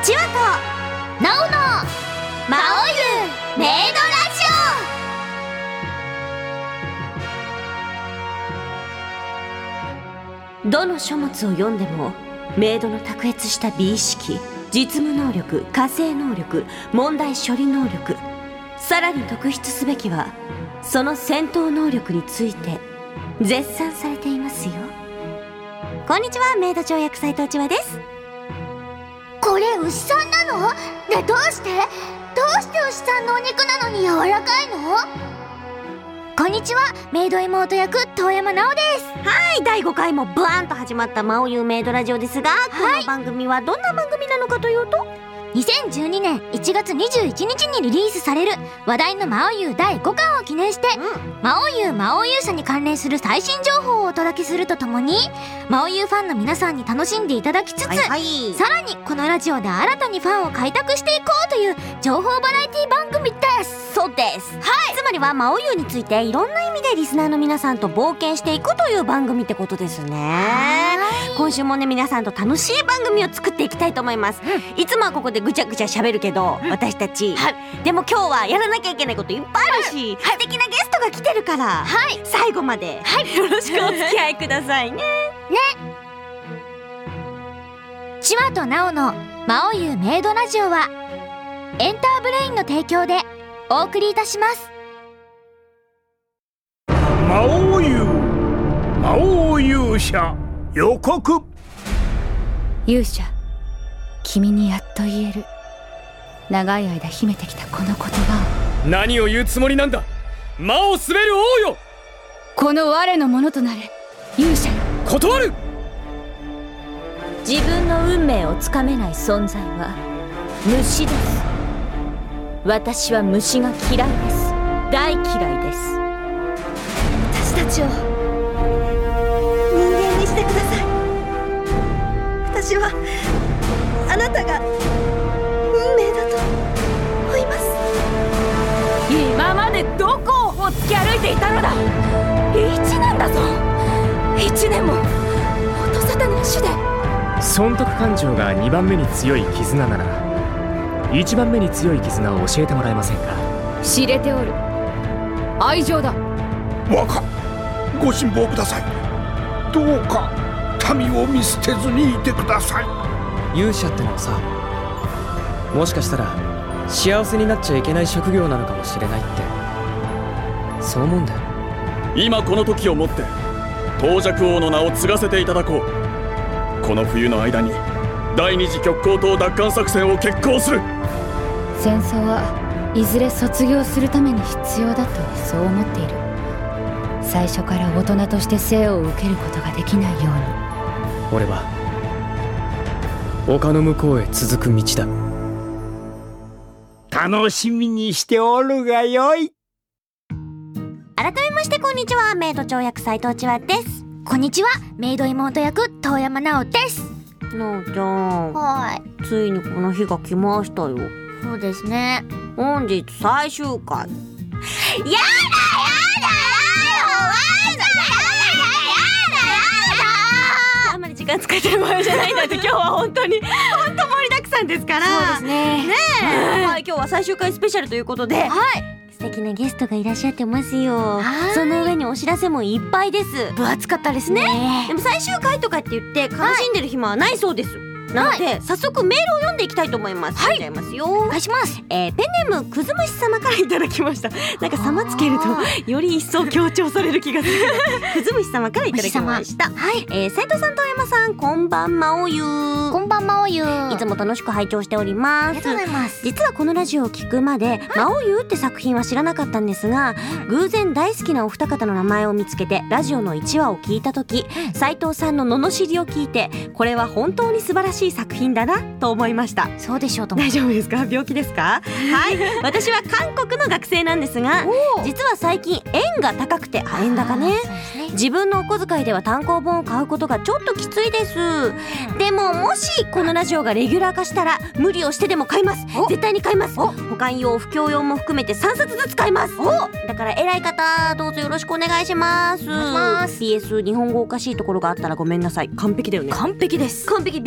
ちわとなおのまおゆメイドラジオ。どの書物を読んでもメイドの卓越した美意識、実務能力、家政能力、問題処理能力、さらに特筆すべきはその戦闘能力について絶賛されていますよ。こんにちは、メイド長役斉藤千和です。 これ牛さんなの？で、どうして牛さんのお肉なのに柔らかいの？こんにちは、メイド妹役遠山奈緒です。 はい、第5回もブワーンと始まったまおゆメイドラジオですが、この番組はどんな番組なのかというと、 2012年1月21日にリリースされる話題のまおゆ第5巻を記念して、まおゆ社に関連する最新情報をお届けするとともに、まおゆファンの皆さんに楽しんでいただきつつ、さらにこのラジオで新たにファンを開拓していこうという情報バラエティ番組です。 そうです。つまりはまおゆについていろんな意味でリスナーの皆さんと冒険していくという番組ってことですね。今週もね、皆さんと楽しい番組を作っていきたいと思います。いつもはここでぐちゃぐちゃ喋るけど、私たち、でも今日はやらなきゃいけないこといっぱいあるし、素敵なゲストが来てるから、最後まで、よろしくお付き合いくださいね。 ちわとなおのまおゆメイドラジオはエンターブレインの提供でお送りいたします。 まおゆ魔王勇者予告。 勇者、君にやっと言える。長い間秘めてきたこの言葉を。何を言うつもりなんだ、魔を滑る王よ。 この我のものとなれ、勇者よ。 断る。 自分の運命をつかめない存在は虫です。私は虫が嫌いです。大嫌いです。 私たちを人間にしてください。私はあなたが運命だと思います。 今までどこをほっつき歩いていたのだ。1年だぞ。1年も音沙汰なしで。 損得感情が2番目に強い絆なら1番目に強い絆を教えてもらえませんか。 知れておる。愛情だ。 若、ご辛抱ください。どうか民を見捨てずにいてください。 勇者ってのはさ、もしかしたら幸せになっちゃいけない職業なのかもしれないって、そう思うんだよ。今この時をもって東尺王の名を継がせていただこう。この冬の間に第二次極光島奪還作戦を決行する。 戦争はいずれ卒業するために必要だとそう思っている。最初から大人として生を受けることができないように。 俺は丘の向こうへ続く道だ。楽しみにしておるがよい。 改めましてこんにちは、メイド長役斉藤千和です。 こんにちは、メイド妹役遠山奈緒です。 奈緒ちゃん、ついにこの日が来ましたよ。 そうですね。 本日最終回。やだあんまり時間使ってる場合じゃないんだって。今日は本当盛りだくさんですから。 そうですね。 今日は最終回スペシャルということで、素敵なゲストがいらっしゃってますよ。その上にお知らせもいっぱいです。 分厚かったですね。 でも最終回とかって言って悲しんでる暇はないそうです。なので、早速メールを読んでいきたいと思います。読んじゃいますよ。 お願いします。 ペンネームくずむし様からいただきました。なんか様つけるとより一層強調される気がする。くずむし様からいただきました。斉藤さんと山さん、こんばんまおゆ。 こんばんまおゆ。 いつも楽しく拝聴しております。 ありがとうございます。 実はこのラジオを聞くまで、まおゆって作品は知らなかったんですが、偶然大好きなお二方の名前を見つけてラジオの1話を聞いた時、斉藤さんの罵りを聞いて、これは本当に素晴らしい作品だなと思いました。 そうでしょうと思う。 大丈夫ですか？病気ですか？私は韓国の学生なんですが、実は最近円が高くて、円高ね。自分のお小遣いでは単行本を買うことがちょっときついです。でももしこのラジオがレギュラー化したら無理をしてでも買います。絶対に買います。保管用不況用も含めて3冊ずつ買います。だから偉い方どうぞよろしくお願いします。PS 日本語おかしいところがあったらごめんなさい。完璧だよね。 完璧です。 完璧。病気具合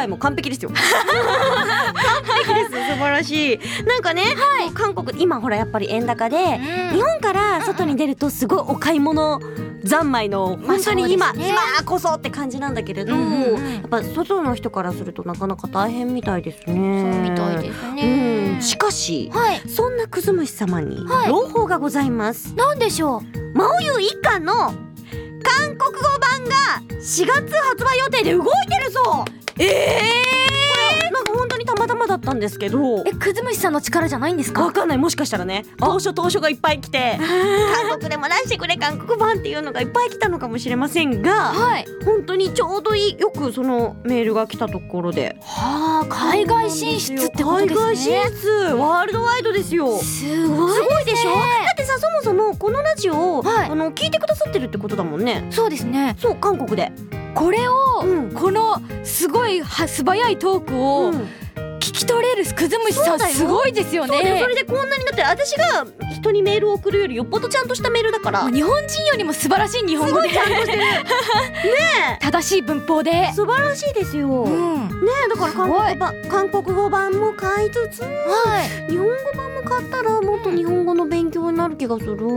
外も完璧ですよ完璧です。素晴らしい。なんかね、韓国今ほらやっぱり円高で、日本から外に出るとすごいお買い物三昧の本当に今こそって感じなんだけれど、やっぱ外の人からするとなかなか大変みたいですね。 そうみたいですね。 しかし、そんなくず虫様に朗報がございます。 なんでしょう。 マオユ一巻の韓国語版が4月発売予定で動いてるそう。これなんか本当にたまたまだったんですけど、 くず虫さんの力じゃないんですか？ わかんない。もしかしたらね、当初がいっぱい来て韓国でも出してくれ韓国版っていうのがいっぱい来たのかもしれませんが、本当にちょうどいい、よくそのメールが来たところで、 海外進出ってことですね。 海外進出、ワールドワイドですよ。 すごいでしょ。だってさ、そもそもこのラジオを、聞いてくださってるってことだもんね。 そうですね。 そう、韓国でこれを、このすごい素早いトークを聞き取れるくず虫さん、すごいですよね。 それでこんなになって、私が人にメールを送るよりよっぽどちゃんとしたメールだから、 日本人よりも素晴らしい日本語で、 ちゃんとしてるねえ、正しい文法で素晴らしいですよ、ねえ。だから韓国語版も買いつつ、日本語版も買ったらもっと日本語の勉強になる気がする、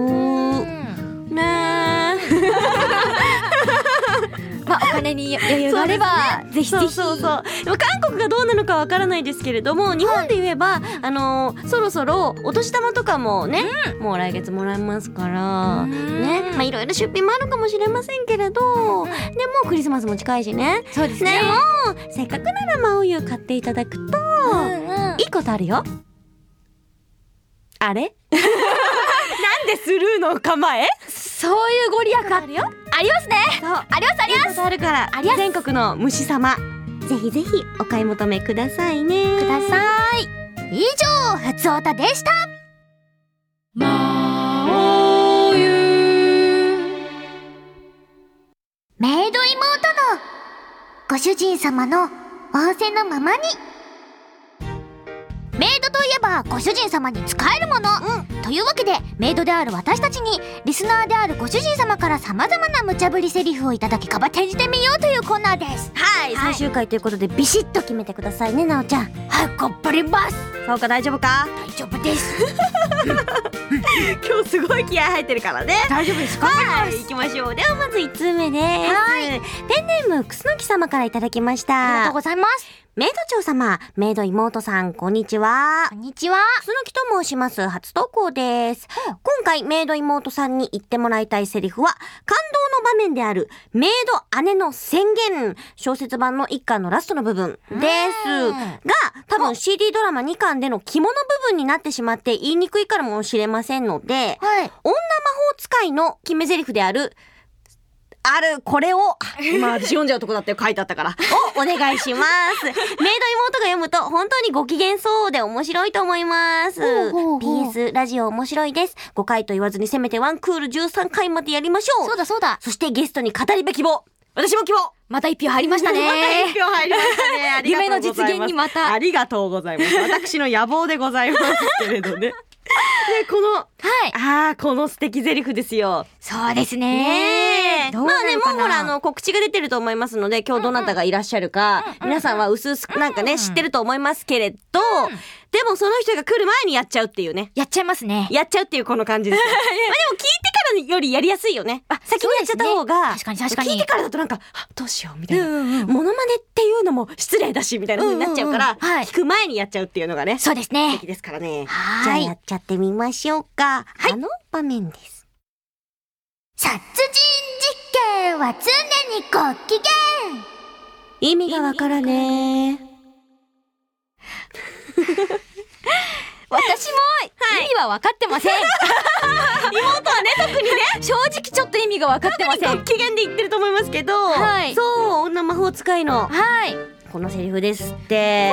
ねえお金に余裕があれば、ぜひぜひ。 でも韓国がどうなのかわからないですけれども、日本で言えば、そろそろお年玉とかもね、もう来月もらえますからね。いろいろ出費もあるかもしれませんけれど、でもクリスマスも近いしね。 そうですね。 でもせっかくならマオユ買っていただくと、いいことあるよ。あれなんでスルーの構え？ そういうご利益あるよ。ありますね。ありますあります。 いいことあるから、全国の虫様、ぜひぜひお買い求めくださいね。 ください。以上、ふつおたでした。マオユメイド妹のご主人様の仰せのままに。メイドといえばご主人様に使えるもの、というわけで、メイドである私たちにリスナーであるご主人様から様々な無茶ぶりセリフをいただき、かば転じてみようというコーナーです。 最終回ということでビシッと決めてくださいね、なおちゃん。 頑張ります。 そうか、大丈夫か？ 大丈夫です今日すごい気合入ってるからね。 大丈夫ですか？ 行きましょう。ではまず1通目です。ペンネームくすのき様からいただきました。 ありがとうございます。 メイド長様、メイド妹さん、こんにちは。 こんにちは。 くすのきと申します。初投稿です。今回メイド妹さんに言ってもらいたいセリフは、感動の場面であるメイド姉の宣言、小説版の1巻のラストの部分ですが、多分 CD ドラマ2巻での肝の部分になってしまって言いにくいからもしれませんので、女魔法使いの決め台詞であるこれを、今私読んじゃうとこだって書いてあったから、お願いします。メイド妹が読むと本当にご機嫌そうで面白いと思います。PS ラジオ面白いです。5回と言わずにせめてワンクール13回までやりましょう。 そうだそうだ。 そしてゲストに語り部希望。私も希望。 また1票入りましたね。 また1票入りましたね。ありがとうございます。 夢の実現にまた。 ありがとうございます。私の野望でございますけれどね。で、この素敵ゼリフですよ。 そうですね。 まあね、もうほら告知が出てると思いますので、今日どなたがいらっしゃるか、皆さんは薄々なんかね、知ってると思いますけれど、でもその人が来る前にやっちゃうっていうね。 やっちゃいますね。 やっちゃうっていうこの感じです。まあでも聞いてからよりやりやすいよね。先にやっちゃった方が、 確かに聞いてからだとなんか、どうしようみたいな。モノマネっていうのも失礼だしみたいな風になっちゃうから、聞く前にやっちゃうっていうのがね。 そうですね。 素敵ですからね。じゃあやっちゃってみましょうか。あの場面です。 殺人実験は常にご機嫌。 意味がわからねー。 私も意味は分かってません。 妹はね、特にね、 正直ちょっと意味が分かってません。 ご機嫌で言ってると思いますけど、そう、女魔法使いのこのセリフですって。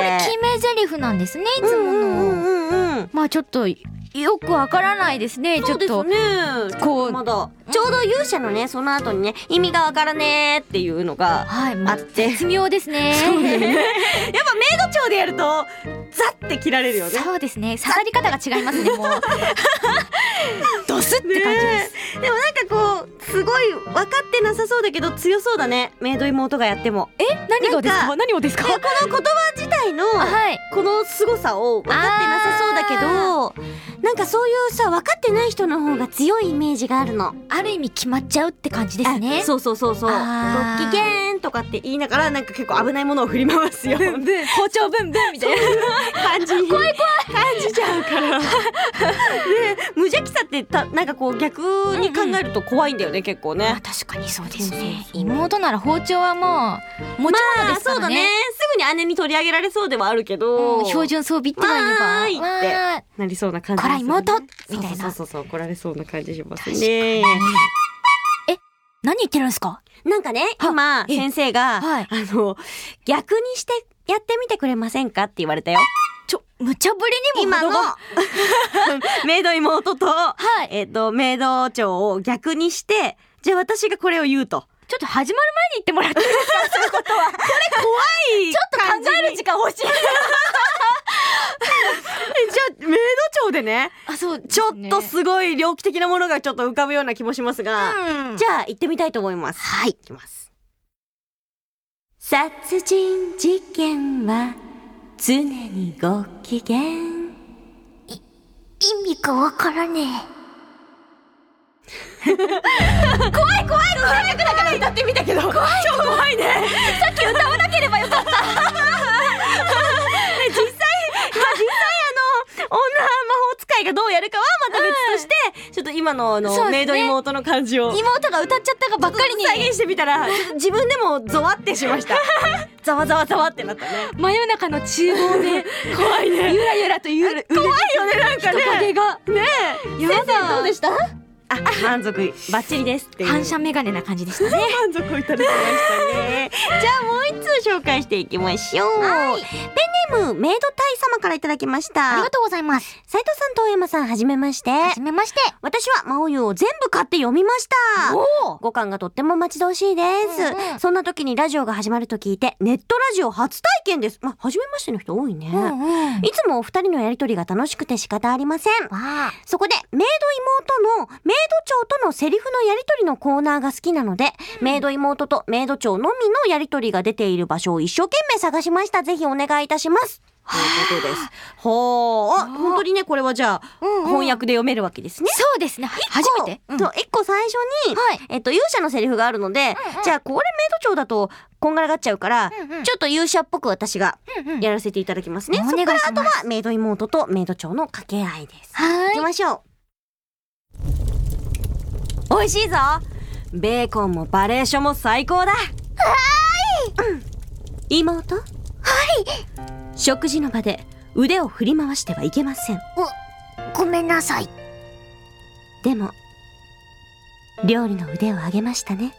これ決め台詞なんですね、いつもの。まあちょっとよくわからないですね。ちょっとね、こうまだちょうど勇者のね、その後にね、意味がわからねーっていうのがあって、 絶妙ですね。 やっぱメイド長でやるとザッて切られるよね。 そうですね、刺さり方が違いますね。もうドスって感じです、 ね。でもなんかこうすごい分かってなさそうだけど強そうだね、メイド妹がやっても。 何がですか？何をですか？ この言葉自体のこの凄さを分かってなさそうだけど、なんかそういうさ分かってない人の方が強いイメージがあるの。 ある意味決まっちゃうって感じですね。 そうそうそうそう。ご機嫌とかって言いながらなんか結構危ないものを振り回すよ。 ブンブン包丁ブンブンみたいな感じに感じちゃうからで無邪気さってなんかこう逆に考えると怖いんだよね、結構ね。 確かにそうですね。妹なら包丁はもう持ち物ですからね。 そうだね、すぐに姉に取り上げられそうではあるけど、 標準装備って言えばってなりそうな感じこら妹みたいな。 そう怒られそうな感じしますね。 何言ってるんですか？ なんかね、今先生が逆にしてやってみてくれませんかって言われたよ。 無茶ぶりにも今のメイド妹と、メイド長を逆にして、じゃあ私がこれを言うと。 ちょっと始まる前に言ってもらっていいですか？そういうことは。これ怖い。 ちょっと考える時間欲しい。じゃあメイド長でね。 そうですね。 ちょっとすごい猟奇的なものがちょっと浮かぶような気もしますが、じゃあ行ってみたいと思います。はい、行きます。殺人事件は常にご機嫌。 意味がわからねえ。怖い役だから歌ってみたけど、超怖いね。さっき歌わなければよかった。 実際女魔法使いがどうやるかはまた別として、ちょっと今のメイド妹の感じを妹が歌っちゃったがばっかりに再現してみたら、自分でもゾワってしました。ざわざわざわってなったね。 真夜中の厨房で怖いね。 ゆらゆらとゆる怖いよね、なんかね。 人影がねえ。先生どうでした？満足バッチリですっていう反射メガネな感じでしたね。 満足をいただきましたね。じゃあもう一通紹介していきましょう。ペンネームメイドタイ様からいただきました。 ありがとうございます。 斉藤さんと大山さん、はじめまして。 はじめまして。 私は魔王湯を全部買って読みました。5巻がとっても待ち遠しいです、そんな時にラジオが始まると聞いて、ネットラジオ初体験です。はじめましての人多いね、いつもお二人のやりとりが楽しくて仕方ありません。そこでメイド妹のメイド長とのセリフのやりとりのコーナーが好きなので、メイド妹とメイド長のみのやりとりが出ている場所を一生懸命探しました。ぜひお願いいたします。ということです。本当にね、これはじゃあ、翻訳で読めるわけですね。 そうですね。初めて。 一個最初に、勇者のセリフがあるので、じゃあこれメイド長だとこんがらがっちゃうから、ちょっと勇者っぽく私がやらせていただきますね。そこからあとはメイド妹とメイド長の掛け合いです。行きましょう。美味しいぞ。ベーコンもバレーションも最高だ。妹？はい。食事の場で腕を振り回してはいけません。 ごめんなさい。 でも料理の腕を上げましたね。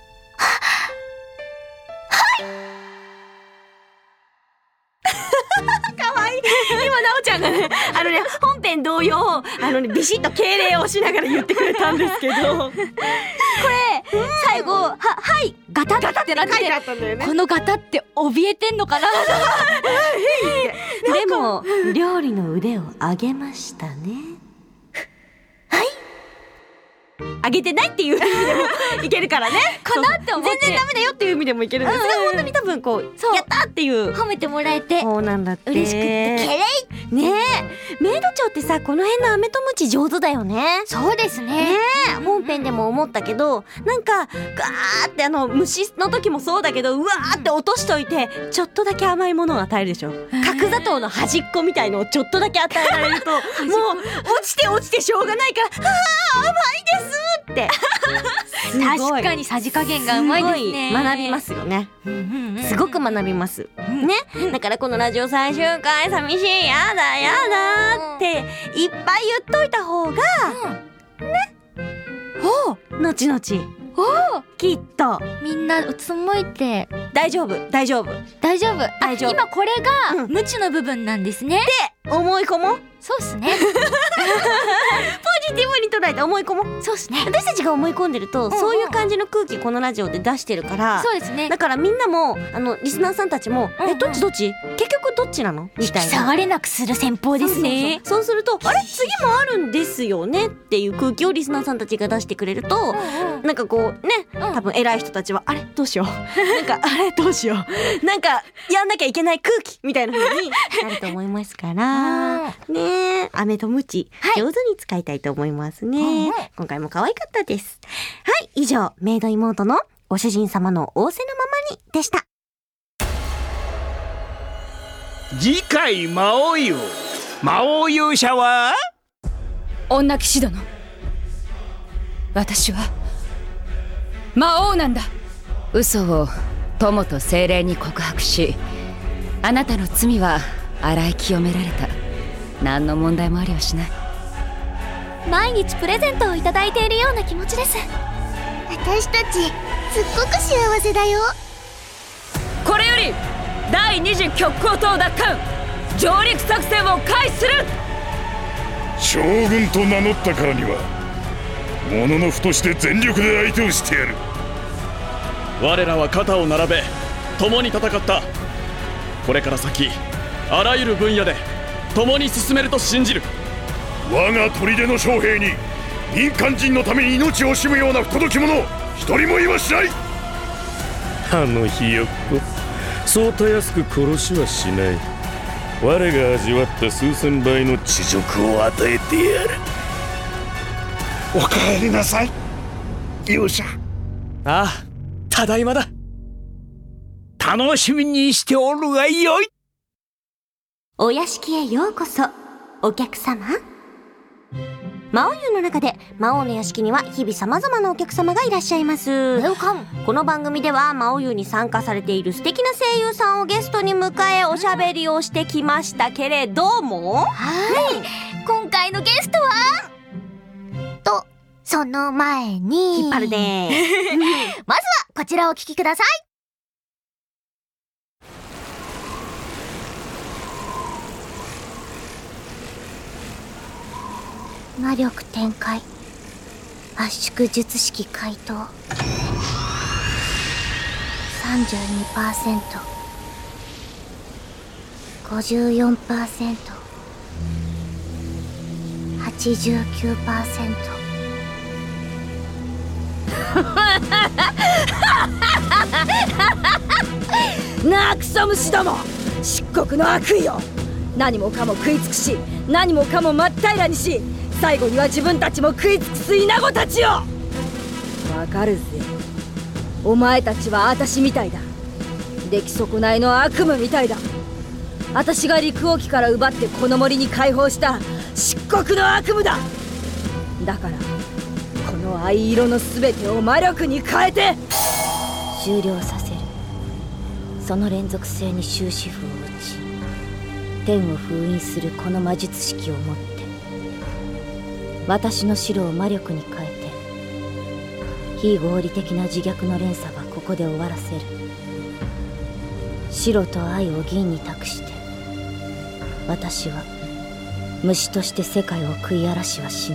かわいい。今なおちゃんがね、本編同様ビシッと敬礼をしながら言ってくれたんですけど、これ最後はいガタッってなってて、このガタって怯えてんのかな。 でも料理の腕を上げましたね。はい。上げてないっていう意味でもいけるからね。 かなって思って。 全然ダメだよっていう意味でもいけるんですが、本当に多分こうやったっていう褒めてもらえて、 そうなんだって。 嬉しくってケレイねえ、メイド長ってさ、この辺の飴とムチ上手だよね。 そうですね。 本編でも思ったけど、なんかガーって虫の時もそうだけど、うわーって落としといて、ちょっとだけ甘いものを与えるでしょ。角砂糖の端っこみたいのをちょっとだけ与えられると、もう落ちてしょうがないから、甘いですって確かにさじ加減がうまいですね。 学びますよね。すごく学びますね。だからこのラジオ最終回寂しい、やだやだっていっぱい言っといた方がね、後々きっとみんなうつむいて大丈夫。 今これが無知の部分なんですね。 で思い込もう。 そうっすね。 ポジジティブに捉えて思い込もう。 そうですね。 私たちが思い込んでると、そういう感じの空気このラジオで出してるから、 そうですね。 だからみんなもリスナーさんたちも、どっち結局どっちなのみたいな、 下がれなくする戦法ですね。 そうすると、あれ次もあるんですよねっていう空気をリスナーさんたちが出してくれると、なんかこうね、多分偉い人たちはあれどうしようなんかあれどうしようなんかやんなきゃいけない空気みたいな風になると思いますからねえ、飴とムチ、上手に使いたいと思いますね。今回も可愛かったです。はい、以上メイド妹のご主人様の仰せのままにでした。 次回魔王勇者は女騎士殿、私は魔王なんだ。嘘を友と精霊に告白し、あなたの罪は洗い清められた。何の問題もありはしない。 毎日プレゼントをいただいているような気持ちです。私たちすっごく幸せだよ。 これより第2次極光島奪還上陸作戦を開始する。 将軍と名乗ったからにはもののふとして全力で相手をしてやる。 我らは肩を並べ共に戦った。これから先あらゆる分野で共に進めると信じる。 我が砦の将兵に民間人のために命を惜しむような不届き者一人もいはしない。 あのひよっこ、そうたやすく殺しはしない。我が味わった数千倍の恥辱を与えてやる。 お帰りなさい勇者。 ああ、ただいまだ。 楽しみにしておるがよい。 お屋敷へようこそお客様。魔王湯の中で魔王の屋敷には日々様々なお客様がいらっしゃいます。この番組では魔王湯に参加されている素敵な声優さんをゲストに迎えおしゃべりをしてきましたけれども、 今回のゲストはと、その前に引っ張るねまずはこちらをお聞きください。 魔力展開、圧縮術式解凍 32%、 54%、 89%。 なあクソ虫ども、漆黒の悪意よ。何もかも食い尽くし、何もかも真っ平らにし、最後には自分たちも食い尽くすイナゴたちよ。わかるぜ、お前たちは私みたいだ。出来損ないの悪夢みたいだ。私が陸王機から奪ってこの森に解放した漆黒の悪夢だ。だからこの藍色の全てを魔力に変えて終了させる。その連続性に終止符を打ち、天を封印するこの魔術式をもって私の白を魔力に変えて、非合理的な自虐の連鎖はここで終わらせる。白と愛を銀に託して、私は虫として世界を食い荒らしはしない。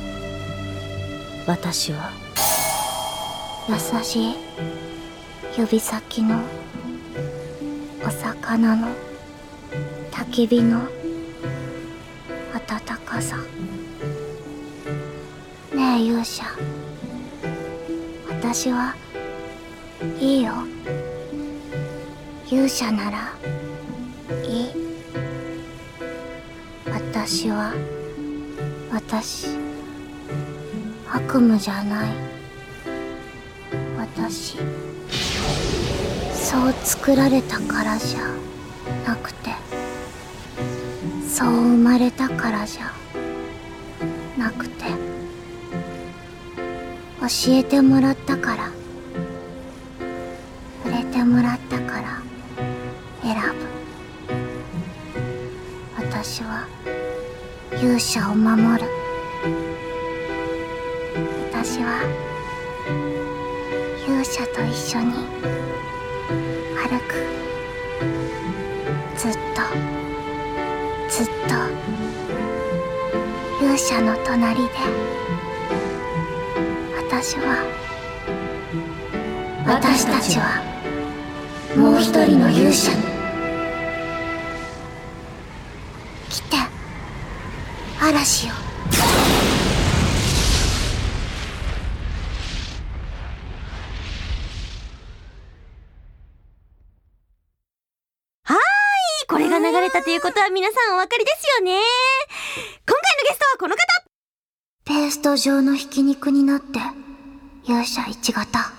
私は優しい指先のお魚の焚き火の温かさ。ねえ勇者、私はいいよ。勇者ならいい。私悪夢じゃない。私そう作られたからじゃなくて、そう生まれたからじゃなくて、教えてもらったから、触れてもらったから選ぶ。私は勇者を守る。私は勇者と一緒に歩く。ずっと勇勇者の隣で私たちはもう一人の勇者に来て嵐よ。 これが流れたということは皆さんお分かりですよね。今回のゲストはこの方。 ペースト状のひき肉になって勇者1型。 はい、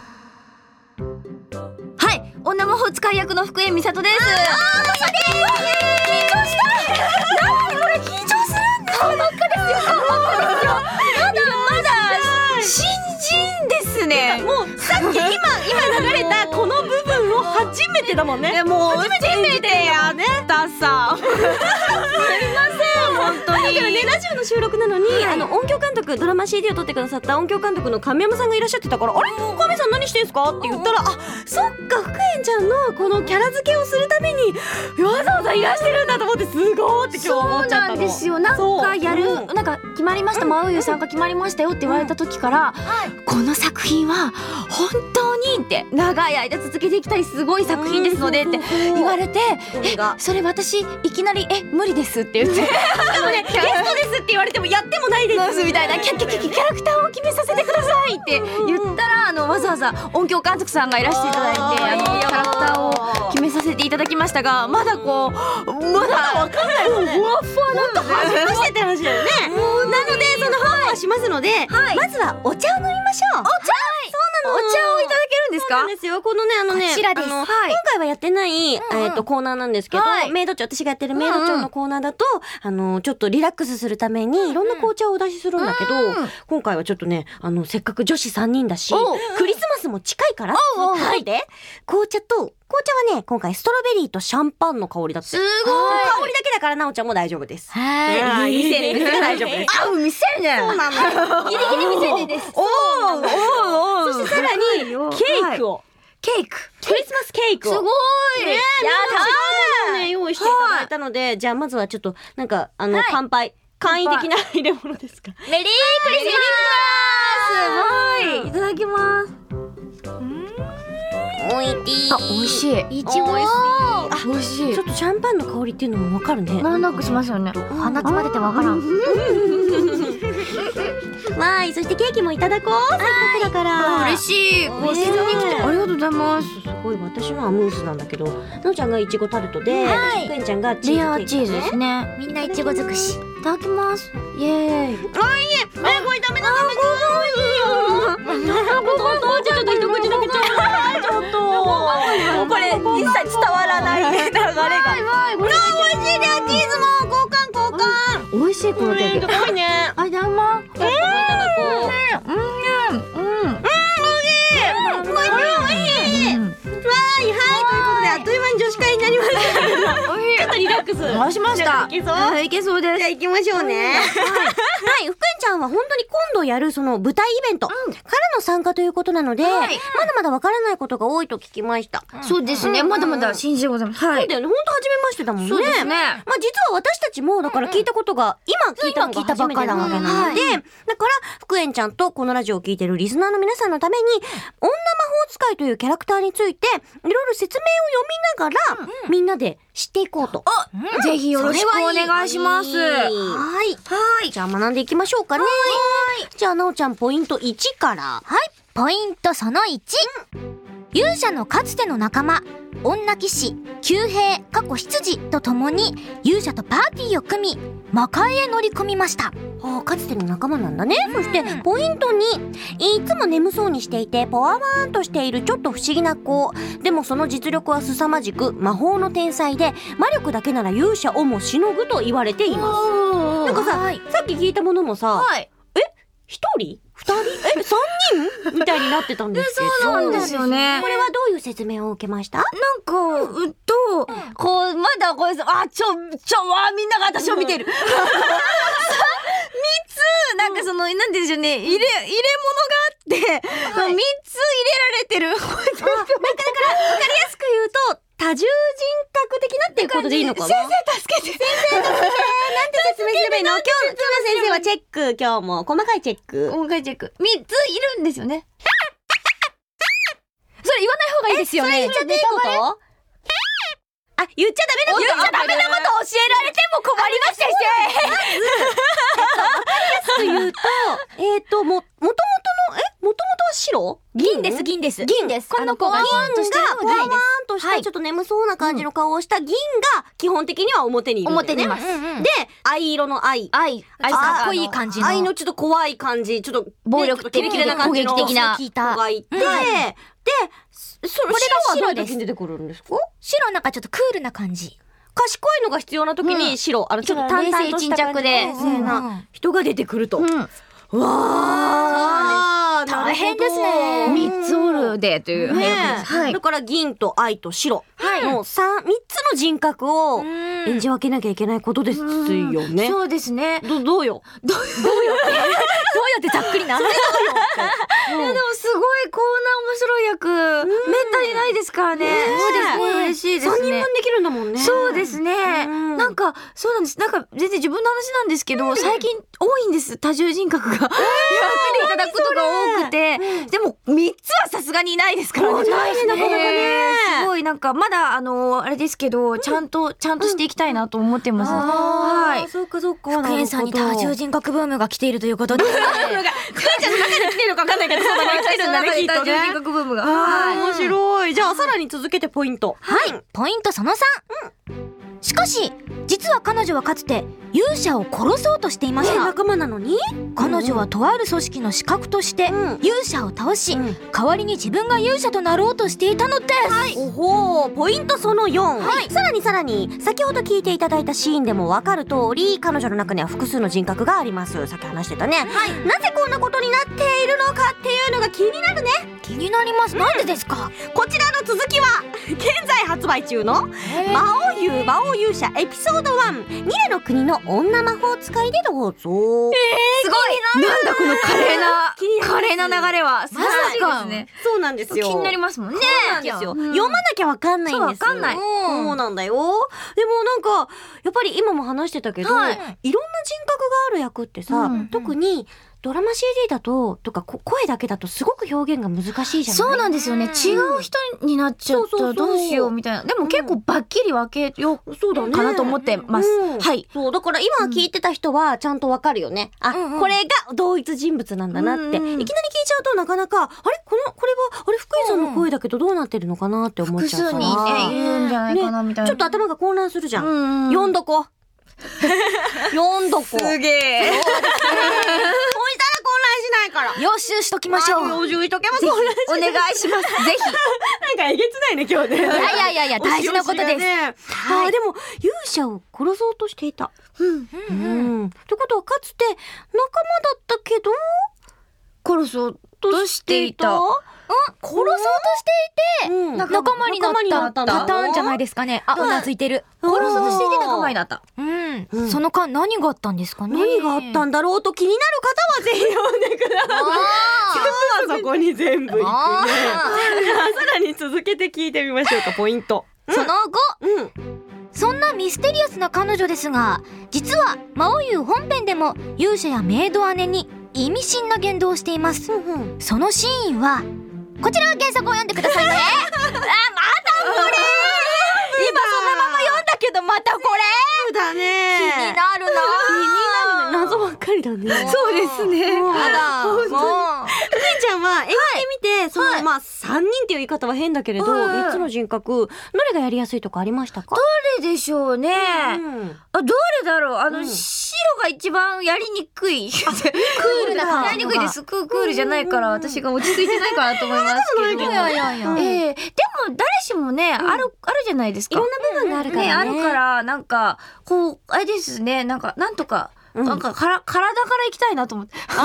女魔法使い役の福江美里です。 まさでーす。緊張した。何これ緊張するんだ。顔真っ赤ですよ。 まだ新人ですね。 もうさっき今流れたこの部分を初めてだもんね。 もう初めてやったさ。すみません本当に。 だからね、ラジオの収録なのに、音響監督、ドラマ CD を撮ってくださった音響監督の亀山さんがいらっしゃってたから、あれ亀さん何してんすかって言ったら、あ、そっか、福円ちゃんのこのキャラ付けをするためにわざわざいらしてるんだと思って、すごーって今日思っちゃったの。 そうなんですよ。なんかやる、なんか決まりました、真冬参加決まりましたよって言われた時から、この作品は本当にって長い間続けていきたいすごい作品ですのでって言われて、それ私いきなり無理ですって言って、でもね、ゲストですって言われてもやってもないですみたいな、キャラクターを決めさせてくださいって言ったら、わざわざ音響監督さんがいらしていただいて、キャラクターを決めさせていただきましたが、まだこうまだわかんない、もうふわふわなんですね。 初めましてって話だよね。なのでそのフォローしますので、まずはお茶を飲みましょう。お茶、 お茶をいただけるんですか？ そうなんですよ。このね、こちらです。今回はやってないコーナーなんですけど、メイド長、私がやってるメイド長のコーナーだと、ちょっとリラックスするためにいろんな紅茶をお出しするんだけど、今回はちょっとね、せっかく女子3人だし、クリスマスも近いから、はい、で紅茶はね、今回ストロベリーとシャンパンの香りだって。 すごい。 香りだけだからなおちゃんも大丈夫です。 はい。 見せる大丈夫です。 あ、見せるね。 そうなの。 ギリギリ見せるです。 そしてさらにケークを。クリスマスケークを。 すごい。 やったー。ね、用意していただいたので、じゃあまずはちょっとなんか乾杯。簡易的な入れ物ですか。 メリークリスマス。すごい。いただきます。 おいしい。 あ、美味しい。 いちご。 美味しい。 ちょっとシャンパンの香りっていうのもわかるね。 なんかしますよね。 鼻つまれてわからん。 わーい、そしてケーキもいただこう。せっかくだから。 嬉しい。ごちそうに来てありがとうございます。 すごい、私のはムースなんだけど、なおちゃんがいちごタルトで、福円ちゃんがチーズケーキ。 レアチーズですね。 みんないちご尽くし。 いただきます。イエーイ。 あ、いい。これダメだ。ちょっと一口だけちょっと。 これ一切伝わらない流れが。 美味しいね。チーズも交換。 美味しいこのケーキ。 すごいね。 ありがとうございます。 いただこう。はい、ということであっという間に女子会になりましたけど、ちょっとリラックスしました。 いけそう？ いけそうです。 じゃあ行きましょうね。はい、福円ちゃんは本当に今度やるその舞台イベントからの参加ということなので、まだまだわからないことが多いと聞きました。 そうですね。まだまだ新人でございます。はい。 そうだよね。本当初めましてだもんね。 そうですね。 まあ実は私たちもだから聞いたことが今聞いたのが初めてなわけなので、だから福円ちゃんとこのラジオを聞いてるリスナーの皆さんのために女魔法使いというキャラクターについていろいろ説明を読みながらみんなで知っていこうと。 ぜひよろしくお願いします。 はい。じゃあ学んでいきましょうかね。じゃあなおちゃんポイント1から。 はい。ポイントその1。勇者のかつての仲間女騎士九平過去執事と共に勇者とパーティーを組み魔界へ乗り込みました。 かつての仲間なんだね。そしてポイント2、いつも眠そうにしていてポワワーンとしているちょっと不思議な子。でもその実力は凄まじく魔法の天才で魔力だけなら勇者をもしのぐと言われています。なんかさっき聞いたものもさ、1人2人3人みたいになってたんですけど。 そうなんですよね。 これはどういう説明を受けました？ なんかこうまだこれみんなが私を見てる。3つなんかそのなんていうんでしょうね、入れ物があって3つ入れられてる。 だから分かりやすく言うと多重人格的なっていうことでいいのかな。 先生助けて。 なんて説明すればいいの？今日の先生はチェック。今日も細かいチェック。 細かいチェック。3ついるんですよね。それ言わない方がいいですよね。 それ言っちゃっていいこと？あ、言っちゃダメなこと？ 言っちゃダメなこと教えられても困ります、先生。言うと、もともとは白？ 銀です。 この子が銀がポワーンとしたちょっと眠そうな感じの顔をした銀が基本的には表にいるんだよね。 表にいます。 で、藍色の藍。 かっこいい感じの。 藍のちょっと怖い感じ、ちょっと暴力的な感じの攻撃的な子がいて、で、 これが白です。 どういう時に出てくるんですか？ 白なんかちょっとクールな感じ。 賢いのが必要な時に白、ちょっと淡々とした感じで冷静な人が出てくると。わー、 大変ですね。3つおるでという。 だから銀と藍と白の3つの人格を演じ分けなきゃいけないことですよね。 そうですね。 どうよってざっくりな。それどうよって。でもすごいこんな面白い役めったにないですからね。そうですね。嬉しいですね。 3人分できるんだもんね。 そうですね。なんかそうなんです。なんか全然自分の話なんですけど、最近多いんです。多重人格が役でいただくことが多くて、でも3つはさすがにいないですからね。 ないね、なかなかね。 すごいなんかまだあれですけど、ちゃんとしていきたいなと思ってます。はい。 そうか。 福園さんに多重人格ブームが来ているということで。 福園ちゃんの中で来てるのか分かんないけど、そうだね、来てるんだね、きっとね。 多重人格ブームが。 面白い。じゃあさらに続けてポイント。 はい、ポイントその3。しかし実は彼女はかつて勇者を殺そうとしていました。 仲間なのに？ 彼女はとある組織の刺客として勇者を倒し、代わりに自分が勇者となろうとしていたのです。 おほー、ポイントその4。さらに先ほど聞いていただいたシーンでも分かる通り、彼女の中には複数の人格があります。さっき話してたね。なぜこんなことになっているのかっていうのが気になるね。 気になります。なんでですか？ こちらの続きは現在発売中の魔王勇者エピソード1、ニレの国の女魔法使いでどうぞ。 すごい。なんだこの華麗な流れは。 まさかですね。 そうなんですよ。 気になりますもんね。 そうなんですよ。読まなきゃわかんないんです。 わかんない。 そうなんだよ。でもなんかやっぱり今も話してたけど、いろんな人格がある役ってさ、特にドラマ CD だと声だけだとすごく表現が難しいじゃない？ そうなんですよね。違う人になっちゃったらどうしようみたいな。でも結構バッキリ分けようかなと思ってます。はい。 そうだから今聞いてた人はちゃんとわかるよね。これが同一人物なんだなって。いきなり聞いちゃうとなかなかこれは福井さんの声だけどどうなってるのかなって思っちゃうから。 複数にいるんじゃないかなみたいな。 ちょっと頭が混乱するじゃん。読んどこ。 すげえ。 そうしたら混乱しないから。 予習しときましょう。 予習しとけばお願いします。ぜひ。 なんかえげつないね今日ね。 いや大事なことです。 でも勇者を殺そうとしていた。ってことはかつて仲間だったけど殺そうとしていた。 殺そうとしていて仲間になったパターンじゃないですかね。うなずいてる。 殺そうとしていて仲間になった。 その間何があったんですかね。 何があったんだろうと気になる方はぜひ読んでください。今日はそこに全部いくね。さらに続けて聞いてみましょうか。ポイントその後、そんなミステリアスな彼女ですが、実は魔王優本編でも勇者やメイド姉に意味深な言動をしています。そのシーンはこちら原作を読んでくださいね。またこれ今そのまま読んだけどまたこれだね。 気になるな。 謎ばっかりだね。 そうですね。 やだ。もう福井ちゃんは演じてみてその3人っていう言い方は変だけれど3つの人格どれがやりやすいとかありましたか？ どれでしょうね。どれだろう。白が一番やりにくい。クールな感じ。 やりにくいです。クールじゃないから私が落ち着いてないかなと思いますけど。 いやでも誰しもねあるじゃないですか。 いろんな部分があるからね。 あるからなんかこうあれですね。なんとかなんか体から行きたいなと思って。 そう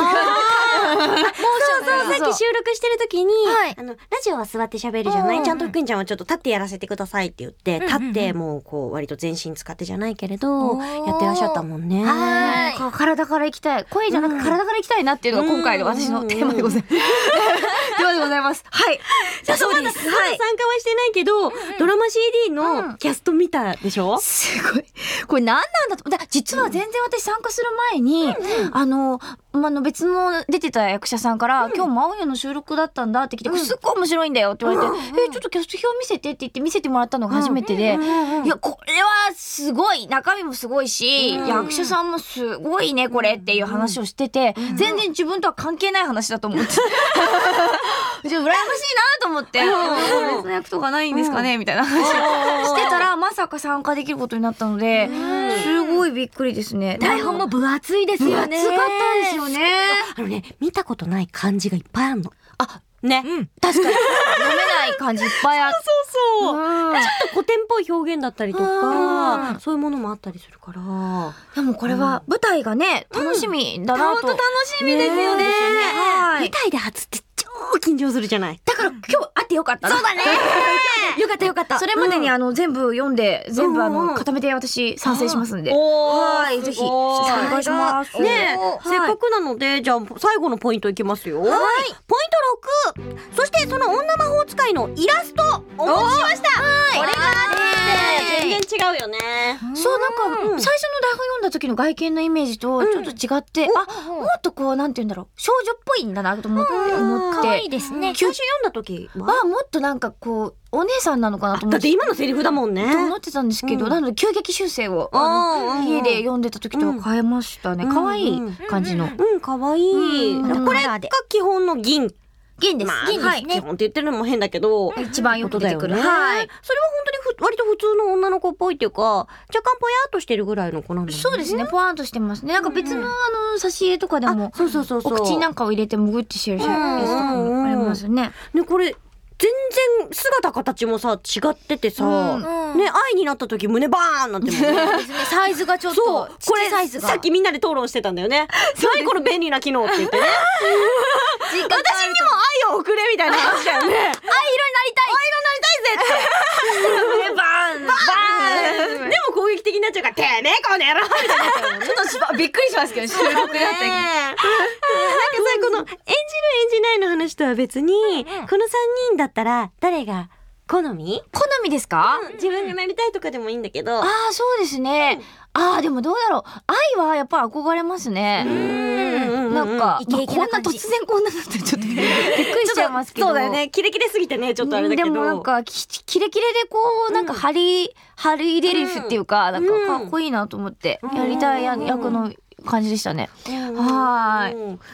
さっき収録してる時に、ラジオは座って喋るじゃない、ちゃんと福ちゃんはちょっと立ってやらせてくださいって言って、立ってもうこう割と全身使ってじゃないけれどやってらっしゃったもんね。 体から行きたい、声じゃなく体から行きたいなっていうのが今回の私のテーマでございます。ではでございます。はい。じゃあそうです。 まだ参加はしてないけど、ドラマ CD のキャスト見たでしょ。 すごい。これ何なんだと。実は全然私参加する前に、別の出てた役者さんから、今日真央湯の収録だったんだって来て、すっごい面白いんだよって言われて、ちょっとキャスト表見せてって言って見せてもらったのが初めてで、いや、これはすごい、中身もすごいし、役者さんもすごいね、これっていう話をしてて、全然自分とは関係ない話だと思って。じゃあ羨ましいなと思って、別の役とかないんですかねみたいな話をしてたら、まさか参加できることになったので、すごいびっくりですね。 台本も分厚いですよね。 分厚かったですよね。 見たことない漢字がいっぱいあるの。ね、 確かに読めない感じいっぱいあって、 そうちょっと古典っぽい表現だったりとか、そういうものもあったりするから。 でもこれは舞台がね、楽しみだなと。 本当楽しみですよね。舞台で初って超緊張するじゃない。 だから今日会ってよかった。 そうだね。 よかったよかった。それまでに全部読んで、全部固めて私賛成しますんで。はい、ぜひお願いします。 ね、せっかくなので、じゃあ最後のポイントいきますよ。ポイント6。そしてその女魔法使いのイラストお持ちしました。これが全然違うよね。 そう、なんか最初の台本読んだ時の外見のイメージとちょっと違って、もっとこうなんて言うんだろう、少女っぽいんだなと思って。 可愛いですね。 最初読んだ時はもっとなんかこうお姉さんなのかなと思って。 だって今のセリフだもんね。 と思ってたんですけど、なので急激修正を家で読んでた時とは変えましたね。可愛い感じの。 可愛い。これが基本の銀です。 銀ですね。基本って言ってるのも変だけど、 一番よく出てくる。 はい。それは本当に割と普通の女の子っぽいっていうか、若干ぽやっとしてるぐらいの子なんだよね。 そうですね、ぽわんとしてますね。なんか別の挿絵とかでも、 そうお口なんかを入れてもぐってしてるやつとかもありますね。 ね、これ全然姿形もさ違っててさ、ね、愛になった時胸バーンなんてもんね。 サイズがちょっとこれさっきみんなで討論してたんだよね。何この便利な機能って言ってね。私にも愛を送れみたいな話だよね。愛色になりたいぜって胸バーンバーン。でも攻撃的になっちゃうから、てめえこの野郎みたいになっちゃうの。 ちょっとびっくりしますけど、収録だったけど。なんかさ、 この演じる演じないの話とは別に、この3人だったら誰が好みですか？ 自分がなりたいとかでもいいんだけど。 そうですね。でもどうだろう。愛はやっぱ憧れますね。なんか、こんな突然こんなのってちょっとびっくりしちゃいますけど。 そうだよね。キレキレすぎてね、ちょっとあれだけど。 でもなんか、キレキレでこう、なんかハリーレリフっていうか、なんかかっこいいなと思って、やりたい役の感じでしたね。はい。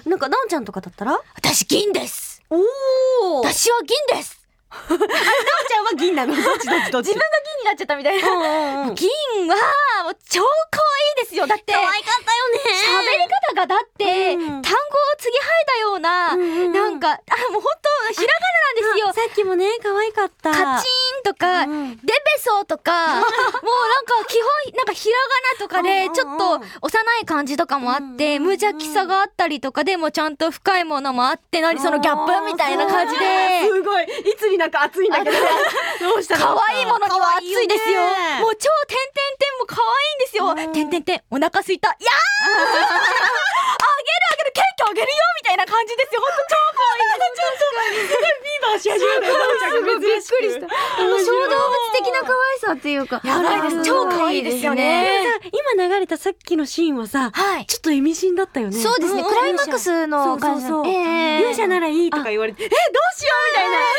なんか、なおちゃんとかだったら？ 私銀です。私は銀です。 なおちゃんは銀なの？どっち？自分が銀になっちゃったみたいな。銀はもう超可愛いですよ。だって可愛かったよね。喋り方がだって単語を継ぎはえたような、なんかもう本当ひらがななんですよ。 さっきもね可愛かった。 カチンとかデベソとかもうなんか基本なんかひらがなとかでちょっと幼い感じとかもあって無邪気さがあったりとかでもちゃんと深いものもあって、何そのギャップみたいな感じで、 すごいいつになんか熱いんだけど、どうしたの？ 可愛いものには熱いですよ。もう超点々点も可愛いんですよ。点々点お腹すいた。いやーあげるケーキあげるよみたいな感じですよ。ほんと超可愛い。すごいビーバーし始めた。びっくりした。小動物的な可愛さっていうか、 やばいです。超可愛いですよね。今流れたさっきのシーンはさ、ちょっと意味深だったよね。 そうですね。クライマックスの感じ。 勇者ならいいとか言われて、どうしようみたいな。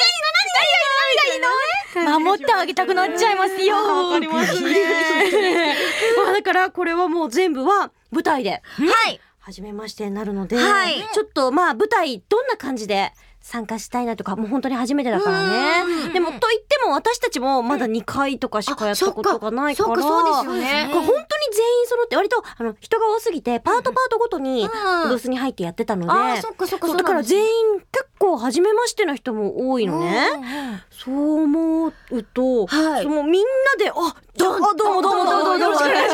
守ってあげたくなっちゃいますよ。 わかりますね。だからこれはもう全部は舞台で、初めましてになるので、ちょっとまあ舞台どんな感じで参加したいなとか、もう本当に初めてだからね。でもと言っても私たちもまだ2回とかしかやったことがないから、 そうですよね。 本当に全員揃って割と人が多すぎてパートごとにブースに入ってやってたので、だから全員結構初めましての人も多いのね。そう思うと、もうみんなでどうもよろしくお願いしますみ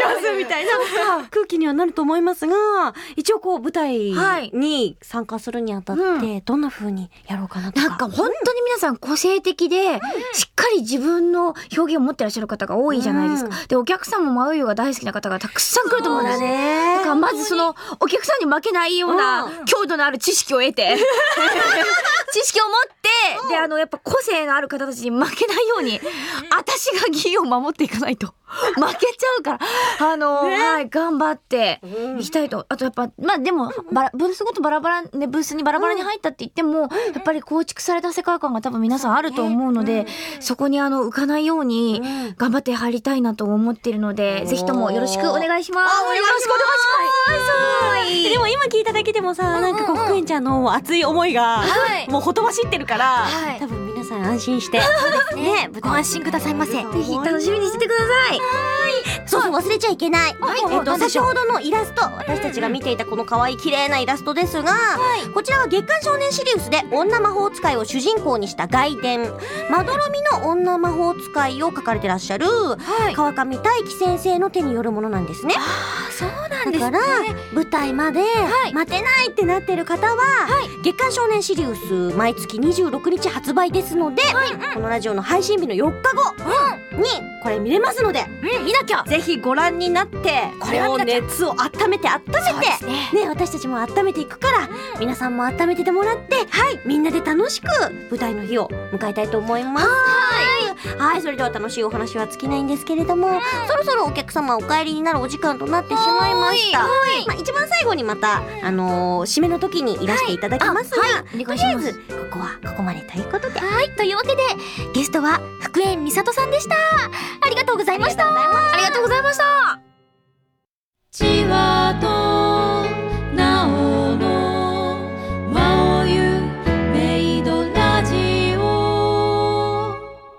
みたいな空気にはなると思いますが、一応こう舞台に参加するにあたってどんな風にやろうかなとか。 なんか本当に皆さん個性的で、しっかり自分の表現を持ってらっしゃる方が多いじゃないですか。で、お客さんもマウユが大好きな方がたくさん来ると思うんですね。だからまずそのお客さんに負けないような強度のある知識を得て知識を持って、でやっぱ個性のある方たちに負けないように私が義を守っていかないと負けちゃうからはい、頑張っていきたいと。あとやっぱまあでもブースごとバラバラね、ブースにバラバラに入ったって言っても、やっぱり構築された世界観が多分皆さんあると思うので、そこに浮かないように頑張って入りたいなと思っているので、ぜひともよろしくお願いします。よろしくお願いします。 でも今聞いただけでもさ、なんかこう福円ちゃんの熱い思いがもうほとばしってるから、多分皆さん安心してね、ご安心くださいませ。ぜひ楽しみにしてください。 そう忘れちゃいけない。先ほどのイラスト、私たちが見ていたこの可愛い綺麗なイラストですが、こちらは月刊少年シリウスで女魔法使いを主人公にした外伝、まどろみの女魔法使いを描かれてらっしゃる川上大輝先生の手によるものなんですね。 そうなんですね。 だから舞台まで待てないってなってる方は、月刊少年シリウス毎月26日発売ですので、このラジオの配信日の4日後にこれ見れますので、見なきゃぜひご覧になって、こう熱を温めてね、私たちも温めていくから、皆さんも温めててもらって、みんなで楽しく舞台の日を迎えたいと思います。はい、それでは楽しいお話は尽きないんですけれども、そろそろお客様お帰りになるお時間となってしまいました。一番最後にまた締めの時にいらしていただきますが、とりあえずここはここまでということで、 というわけでゲストは福円美里さんでした。ありがとうございました。 ありがとうございました。 千葉となおのまおゆメイドラジオ。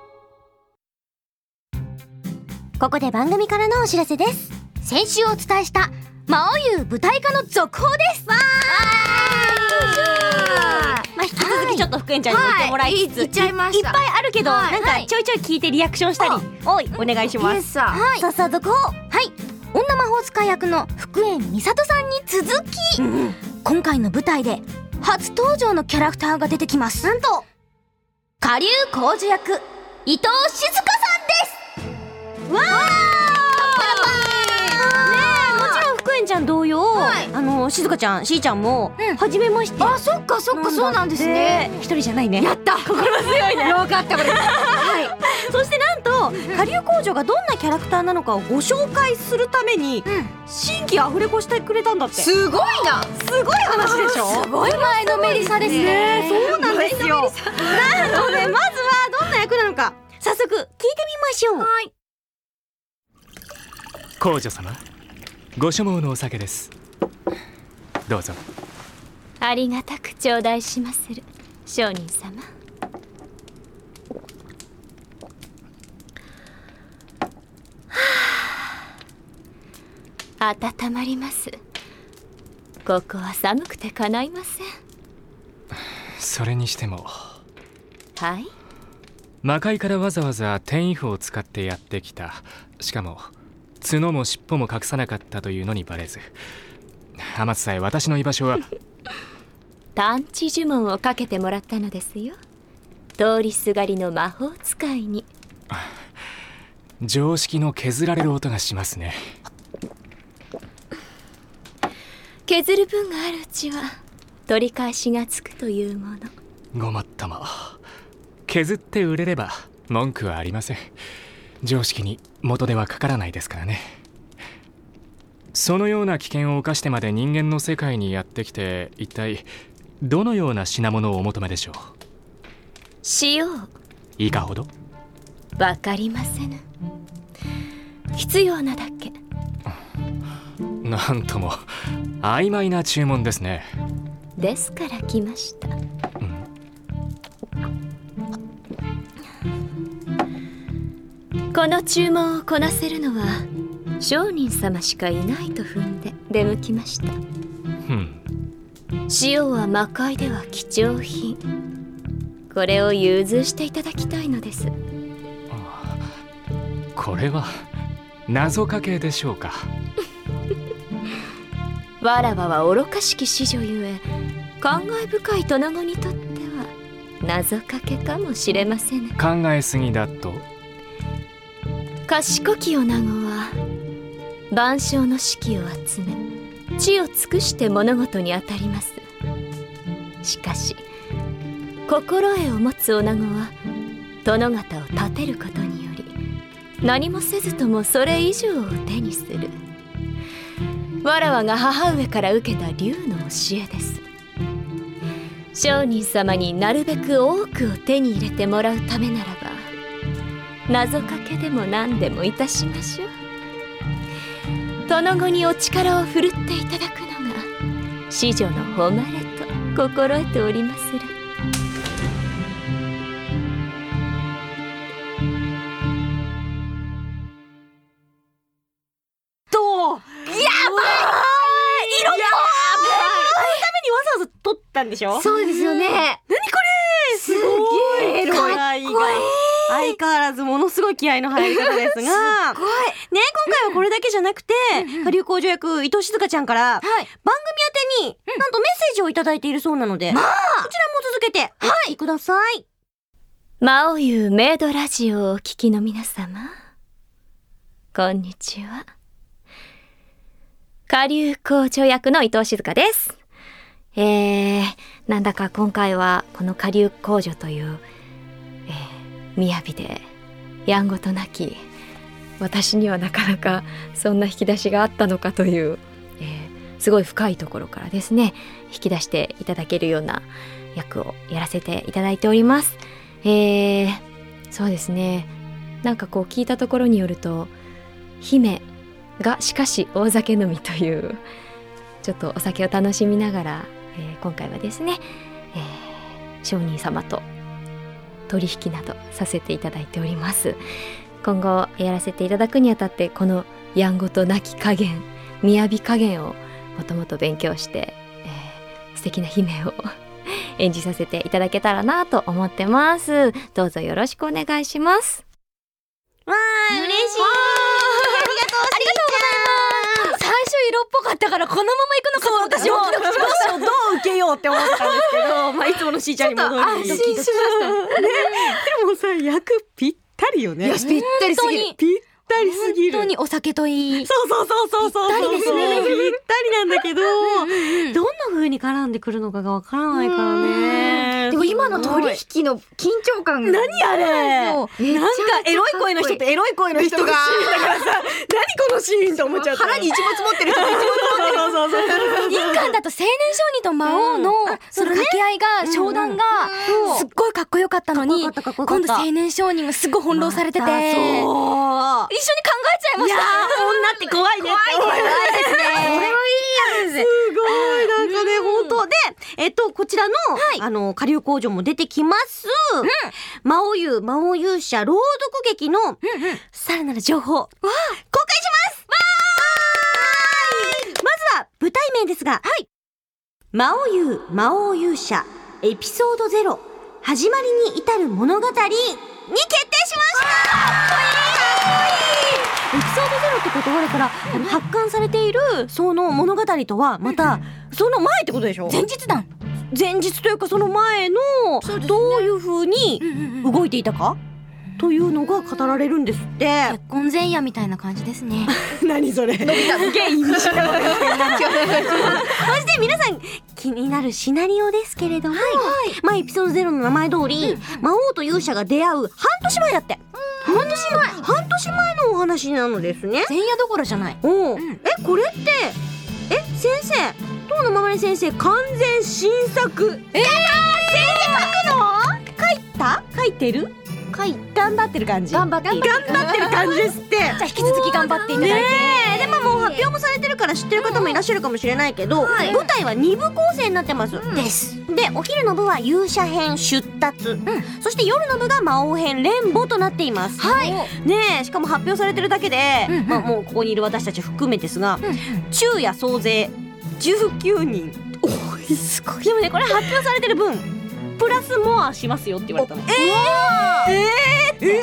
ここで番組からのお知らせです。 先週お伝えした魔王優舞台化の続報です。 引き続きちょっと福円ちゃんに言ってもらいつつ、いっぱいあるけど、なんかちょいちょい聞いてリアクションしたり、お願いします。 さあ続報。女魔法使い役の福円美里さんに続き、今回の舞台で初登場のキャラクターが出てきます。なんと下流工事役伊藤静香さんです。わ福円ちゃん同様、静香ちゃん、しーちゃんも初めまして。 そっかそうなんですね。 一人じゃないね。 やった、 心強いね。 よかったこれ。 そしてなんと下流工場がどんなキャラクターなのかをご紹介するために新規アフレコしてくれたんだって。 すごいな。 すごい話でしょ。 すごい前のめりさですね。 そうなんですよ。なのでまずはどんな役なのか早速聞いてみましょう。 工女様、ご所望のお酒です。どうぞ。 ありがたく頂戴しまする商人様。温まります。ここは寒くてかないません。 それにしても、 はい、 魔界からわざわざ天衣符を使ってやってきた。しかも角も尻尾も隠さなかったというのにバレず、天津さえ私の居場所は探知呪文をかけてもらったのですよ。通りすがりの魔法使いに。 常識の削られる音がしますね。 削る分があるうちは取り返しがつくというもの。 ごもっとも。削って売れれば文句はありません。常識に元手はかからないですからね。そのような危険を冒してまで人間の世界にやってきて、一体どのような品物をお求めでしょう。 塩。 いかほど？ わかりませぬ。必要なだけ。 なんとも曖昧な注文ですね。 ですから来ました。この注文をこなせるのは商人様しかいないと踏んで出向きました。塩は魔界では貴重品。これを融通していただきたいのです。 これは謎かけでしょうか。 わらわは愚かしき子女ゆえ、感慨深い殿子にとっては謎かけかもしれませぬ。 考えすぎだと。 賢き女子は万象の四季を集め、知を尽くして物事に当たります。しかし心得を持つ女子は殿方を立てることにより、何もせずともそれ以上を手にする。わらわが母上から受けた竜の教えです。上人様になるべく多くを手に入れてもらうためならば、謎かけでも何でもいたしましょう。殿子にお力を振るっていただくのが子女の誉れと心得ておりまする。 撮ったんでしょ。 そうですよね。 何これ、すごいエロい。かっこいい。相変わらずものすごい気合いの入り方ですが、すごいね。今回はこれだけじゃなくて、下流工場役伊藤静香ちゃんから、番組宛てになんとメッセージをいただいているそうなので、こちらも続けてお聞きください。 魔王優メイドラジオをお聞きの皆様、こんにちは。下流工場役の伊藤静香です。なんだか今回はこの下流工場という、雅でやんごとなき、私にはなかなかそんな引き出しがあったのかという、すごい深いところからですね、引き出していただけるような役をやらせていただいております。そうですね、なんかこう聞いたところによると、姫がしかし大酒飲みというちょっとお酒を楽しみながら、今回はですね、上人様と取引などさせていただいております。今後やらせていただくにあたって、このやんごとなき加減、雅加減をもともと勉強して、素敵な姫を演じさせていただけたらなと思ってます。どうぞよろしくお願いします。 わー、嬉しい。ありがとう、 ありがとうございます。最初色っぽかったからこのまま行くのかと思った。 私もどう受けようって思ったんですけど、まあいつものしーちゃんに戻り安心しましたね。 でもさ、役ぴったりよね。 いや、ぴったりすぎる。 ぴったりすぎる。 本当にお酒といい。 そうそうぴったりですね。 ぴったりなんだけど、どんな風に絡んでくるのかがわからないからね。 でも今の取引の緊張感が、 何あれ、なんかエロい声の人とエロい声の人がだからさ、何このシーンと思っちゃった。腹に一物持ってる人が一物持ってる。 一巻だと青年商人と魔王のその掛け合いが、商談がすっごいかっこよかったのに、今度青年商人がすごい翻弄されてて、一緒に考えちゃいました。 いやー、女って怖いね。怖いですね。これはいいやつです。すごい、なんかね、本当で、こちらの下流工場も出てきます。魔王勇者朗読劇のさらなる情報公開します。まずは舞台名ですが、魔王勇者エピソード0始まりに至る物語に決定しました。エピソード0ってことは、だから発刊されているその物語とはまたその前ってことでしょ。 前日談。 前日というか、その前のどういう風に動いていたかというのが語られるんですって。 結婚前夜みたいな感じですね。 何それ。伸びたすげえ意味深い。そして皆さん気になるシナリオですけれども、まあエピソード0の名前通り、魔王と勇者が出会う半年前だって。半年前のお話なのですね。 前夜どころじゃない。 これって先生、当のままり先生、完全新作。先生書くの？書いてる？頑張ってる感じ。頑張ってる感じですって。じゃあ引き続き頑張っていただいて。でももう発表もされてるから知ってる方もいらっしゃるかもしれないけど、舞台は2部構成になってます。です。で、お昼の部は勇者編出達、そして夜の部が魔王編連母となっています。ねえ、しかも発表されてるだけで、まあもうここにいる私たち含めですが、昼夜総勢19人。すごい。でもね、これ発表されてる分プラスモアしますよって言われたの。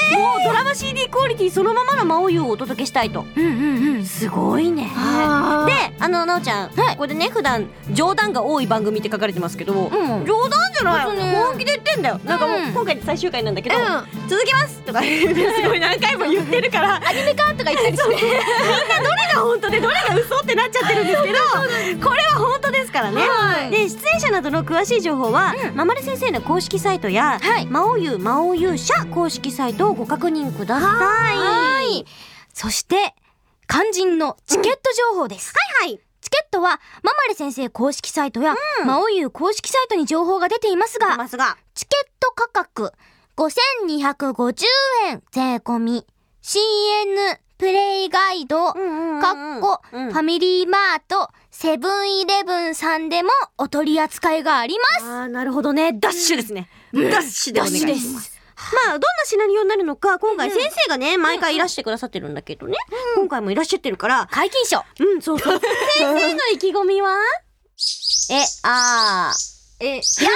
もうドラマ CD クオリティそのままの魔王優をお届けしたいと。すごいね。で、なおちゃん、ここでね普段冗談が多い番組って書かれてますけど、冗談じゃないよ、本気で言ってんだよ。なんかもう今回で最終回なんだけど、続きますとかすごい何回も言ってるからアニメ化とか言ったりして、みんなどれが本当でどれが嘘ってなっちゃってるんですけど、これは本当ですからね。で、出演者などの詳しい情報はままる先生の公式サイトや魔王優魔王勇者公式サイトをご確認ください。 そして肝心のチケット情報です。チケットはままる先生公式サイトや魔王優公式サイトに情報が出ていますが、チケット価格5250円税込み CN プレイガイドファミリーマートセブンイレブンさんでもお取り扱いがあります。 なるほどね。ダッシュですね。ダッシュでお願いします。まあどんなシナリオになるのか今回先生がね毎回いらしてくださってるんだけどね、今回もいらっしゃってるから皆勤賞。 そうそう。先生の意気込みはやだー。なんかね、声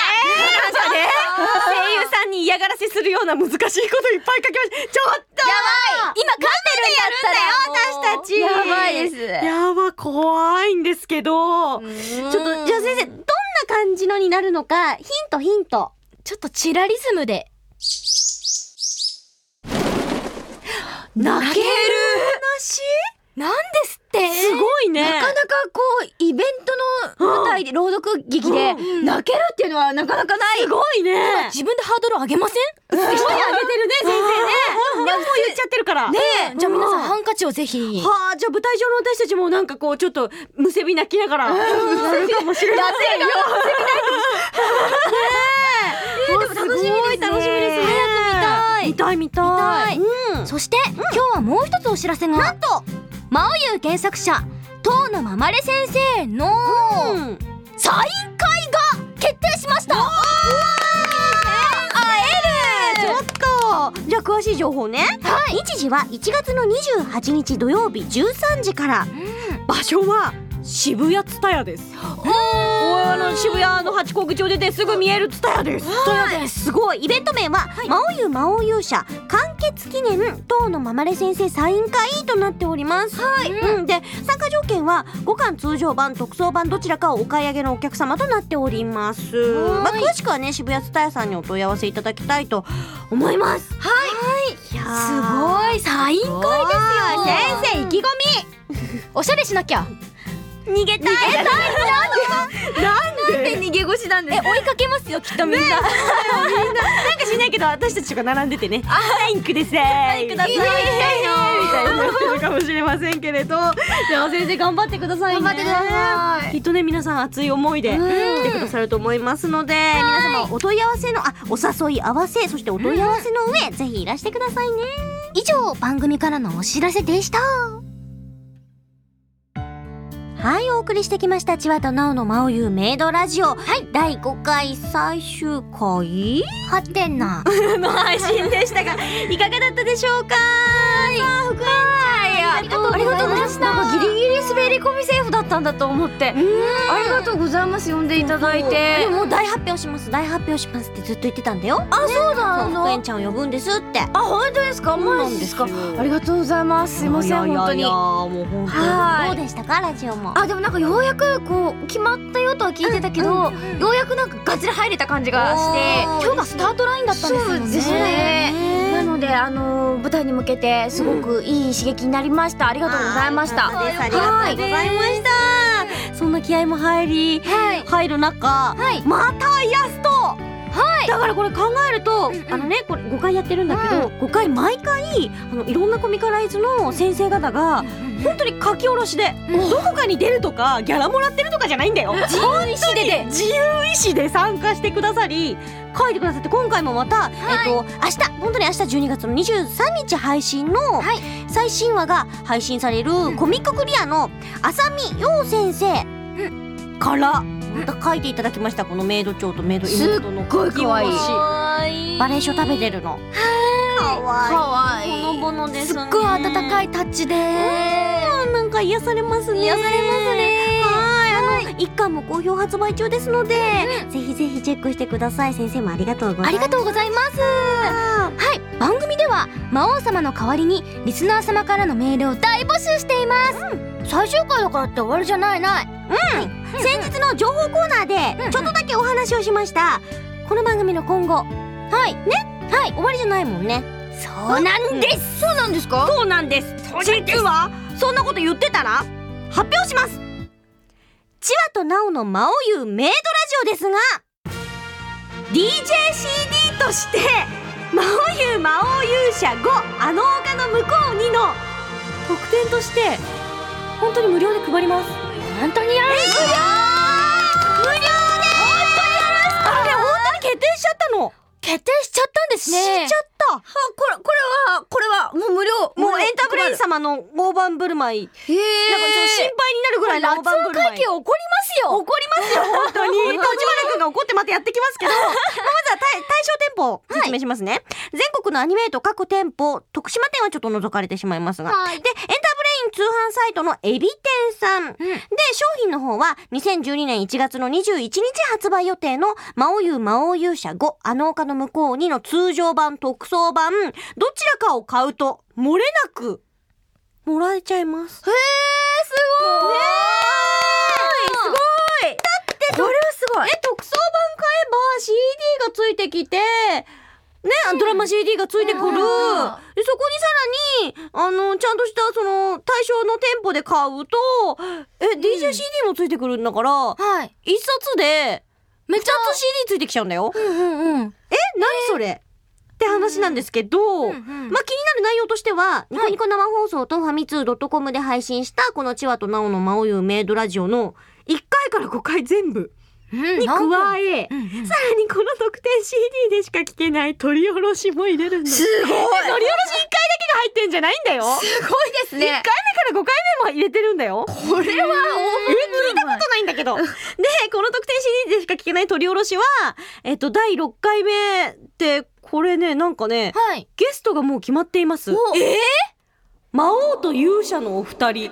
優さんに嫌がらせするような難しいこといっぱい書きました。ちょっとやばい、今噛んでるんだよ私たち。 やばいです。 やば、怖いんですけど、ちょっとじゃあ先生どんな感じのになるのかヒントちょっとチラリズムで。 泣ける話なんですって。 すごいね。 なかなかこうイベントの舞台で朗読劇で泣けるっていうのはなかなかない。 すごいね。 自分でハードル上げません？ すごい上げてるね先生ね。でももう言っちゃってるからね。じゃあ皆さんハンカチをぜひ。 じゃあ舞台上の私たちもなんかこうちょっとむせび泣きながらやるかもしれませんよ。でも楽しみですね。楽しみですね。 早く見たい。そして今日はもう一つお知らせが。 なんと魔王優原作者遠野ままれ先生のサイン会が決定しました。 会える。ちょっとじゃあ詳しい情報ね。日時は1月の28日土曜日13時から。場所は渋谷ツタヤです。渋谷の八甲口を出てすぐ見えるツタヤです。すごい。イベント名は魔王優魔王勇者完結記念遠野ままれ先生サイン会となっております。で参加条件は5巻通常版特装版どちらかをお買い上げのお客様となっております。詳しくはね渋谷ツタヤさんにお問い合わせいただきたいと思います。 すごいサイン会ですよ。 先生意気込みおしゃれしなきゃ。 逃げたい。 なんで逃げ腰なんですか？ 追いかけますよきっとみんな。 なんかしないけど私たちが並んでてね、サインくださいみたいになってるかもしれませんけれど、でも先生頑張ってくださいね。 頑張ってください。 きっとね皆さん熱い思いで来てくださると思いますので、皆様お問い合わせのお誘い合わせ、そしてお問い合わせの上ぜひいらしてくださいね。 以上番組からのお知らせでした。 はい、お送りしてきました千葉となおの魔王優メイドラジオ、第5回最終回はてなの配信でしたがいかがだったでしょうか。福園ちゃんありがとうございました。 なんかギリギリ滑り込みセーフだったんだと思って、ありがとうございます。呼んでいただいて。 でももう大発表しますってずっと言ってたんだよ。 そうだ。 福園ちゃんを呼ぶんですって。 本当ですか？マジですか？ありがとうございます。すいません本当に。 もう本当にどうでしたかラジオも。 でもなんかようやくこう決まったよとは聞いてたけど、ようやくなんかガチで入れた感じがして、 今日がスタートラインだったんですよね。 そうですね。なので舞台に向けてすごくいい刺激になりました。ありがとうございました。 ありがとうございました。そんな気合も入る中、またイラスト。だからこれ考えるとこれ5回やってるんだけど、5回毎回いろんなコミカライズの先生方が本当に書き下ろしでどこかに出るとかギャラもらってるとかじゃないんだよ。自由意志で参加してくださり書いてくださって、今回もまた本当に明日12月の23日配信の最新話が配信されるコミッククリアの浅見陽先生からまた書いていただきました。このメイド長とメイド妹の書き下ろし、バレーショ食べてるのかわいいほのぼのですね。 すっごい温かいタッチでなんか癒されますね。1巻も好評発売中ですので、ぜひぜひチェックしてください。先生もありがとうございます。 ありがとうございます。はい、 番組では魔王様の代わりにリスナー様からのメールを大募集しています、最終回だからって終わりじゃない。 先日の情報コーナーでちょっとだけお話をしました、この番組の今後終わりじゃないもんね。 そうなんです。 そうなんですか？ そうなんです。実はそんなこと言ってたら発表します。チワとナオの魔王優メイドラジオですが DJCD として魔王優魔王勇者5あの丘の向こうにの特典として本当に無料で配ります。 本当にやるんですか？ 無料で本当に決定しちゃったの。 決定しちゃったんですね。 しちゃった。 これはもう無料。 もうエンターブレイン様の大盤振る舞い。なんかちょっと心配になるぐらいの大盤振る舞い。 会計起こりますよ。 怒りますよ本当に。立花君が怒ってまたやってきますけど、まずは対象店舗を説明しますね。全国のアニメート各店舗、徳島店はちょっと除かれてしまいますが、でエンターブレイン通販サイトのエビ店さん、で商品の方は2012年1月の21日発売予定の魔王優魔王勇者5あの丘の向こうにの通常版特装版どちらかを買うと漏れなくもらえちゃいます。 すごい。 すごい。だってこれはすごい。 特装版買えば CD がついてきてね、ドラマ CD がついてくる、でそこにさらにちゃんとしたその対象の店舗で買うとDJCD もついてくるんだから、一冊でめっちゃ2つ CD ついてきちゃうんだよ。何それって話なんですけど、まあ気になる内容としては、ニコニコ生放送とファミツー .com で配信したこのチワとナオの魔王優メイドラジオの1回から5回全部に加え、さらにこの特典 CD でしか聴けない取り下ろしも入れるんだ。 すごい。 取り下ろし1回だけが入ってんじゃないんだよ。 すごいですね。 1回目から5回目も入れてるんだよ。 これは聞いたことないんだけど。で、この特典 CD でしか聴けない取り下ろしは、第6回目ってこれね、なんかね、ゲストがもう決まっています。魔王と勇者のお二人。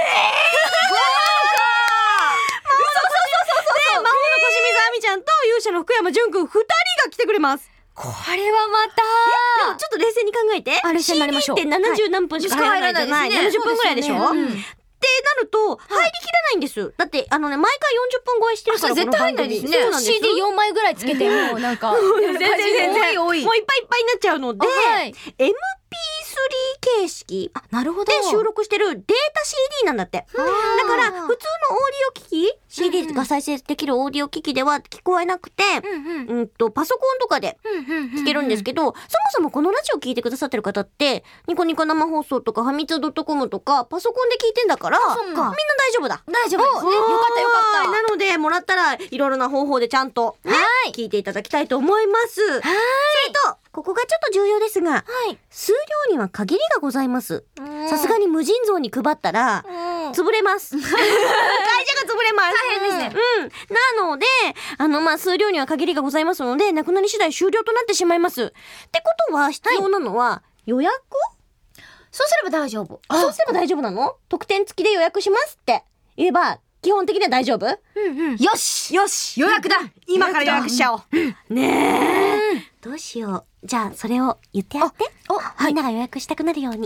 ちゃんと勇者の福山潤くん2人が来てくれます。 これはまたでもちょっと冷静に考えて、 冷静になりましょう。 CD って70何分しか入らないじゃない、70分ぐらいでしょ、ってなると入りきらないんです。だって毎回40分超えしてるから、 絶対入んないですね。 CD4 枚ぐらいつけてもうなんか全然もういっぱいいっぱいになっちゃうので、MP3 形式で収録してるデータ CD なんだって。だから普通のオーディオ機器 CD が再生できるオーディオ機器では聞こえなくて、パソコンとかで聞けるんですけど、そもそもこのラジオ聞いてくださってる方ってニコニコ生放送とかファミツー .com とかパソコンで聞いてんだから、みんな大丈夫だ。 大丈夫ですね。よかったよかった。 なのでもらったらいろいろな方法でちゃんと聞いていただきたいと思います。それとここがちょっと重要ですが、数量には限りがございます。さすがに無尽蔵に配ったら潰れます。会社が潰れます。 大変ですね。 なので数量には限りがございますので、なくなり次第終了となってしまいます。ってことは必要なのは予約？ そうすれば大丈夫。 そうすれば大丈夫なの？特典付きで予約しますって言えば基本的には大丈夫？ よし予約だ。今から予約しちゃおう。ねえ。どうしよう。じゃあそれを言ってやって。みんなが予約したくなるように。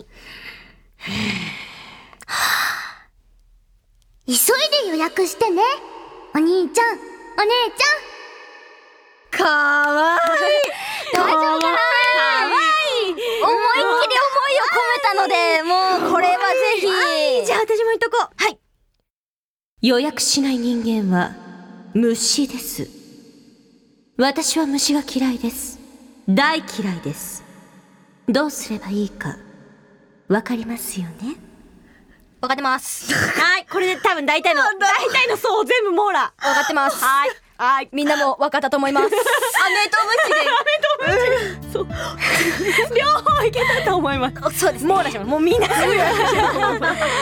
急いで予約してね。お兄ちゃん、お姉ちゃん。 かわいい。 大丈夫かな。思いっきり思いを込めたので、もうこれはぜひ。 じゃあ私も言っとこう。はい。予約しない人間は虫です。私は虫が嫌いです。大嫌いです。どうすればいいかわかりますよね？ わかってます。 はい、これで多分大体の層を全部網羅。 わかってます。 はい、 みんなもわかったと思います。 アメとムチで。そう。両方いけたと思います。 そうですね。 網羅します。もうみんなすぐやる。はい、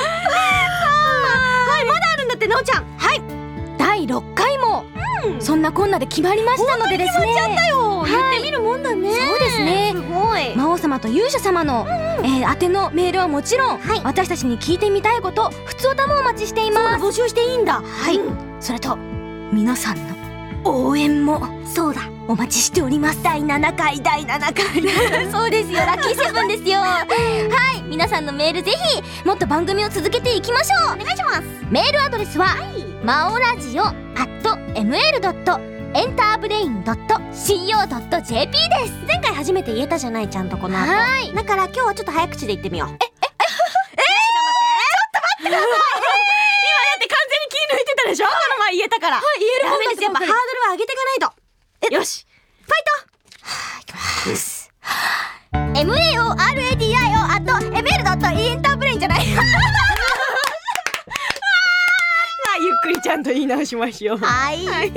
まだあるんだって、なおちゃん。 はい。第6回もそんなこんなで決まりましたのでですね。 決まっちゃったよ。言ってみるもんだね。 そうですね。 すごい。 魔王様と勇者様の宛てのメールはもちろん、私たちに聞いてみたいこと、普通歌もお待ちしています。 募集していいんだ。 はい。それと皆さんの応援もそうだお待ちしております。第7回そうですよ、ラッキーセブンですよはい、皆さんのメールぜひもっと番組を続けていきましょう。お願いします。メールアドレスは、マオラジオ@ml.enterbrain.co.jp です。 前回初めて言えたじゃない、ちゃんとこの後。 はい、 だから今日はちょっと早口で言ってみよう。ちょっと待ってください今だって完全に気抜いてたでしょ、この前言えたから。はい、言える。ダメです、やっぱハードルは上げていかないと。よし、ファイト。いきます。 MAORADIO@ml.enterbrain じゃないゆっくりちゃんと言い直しましょう。 はい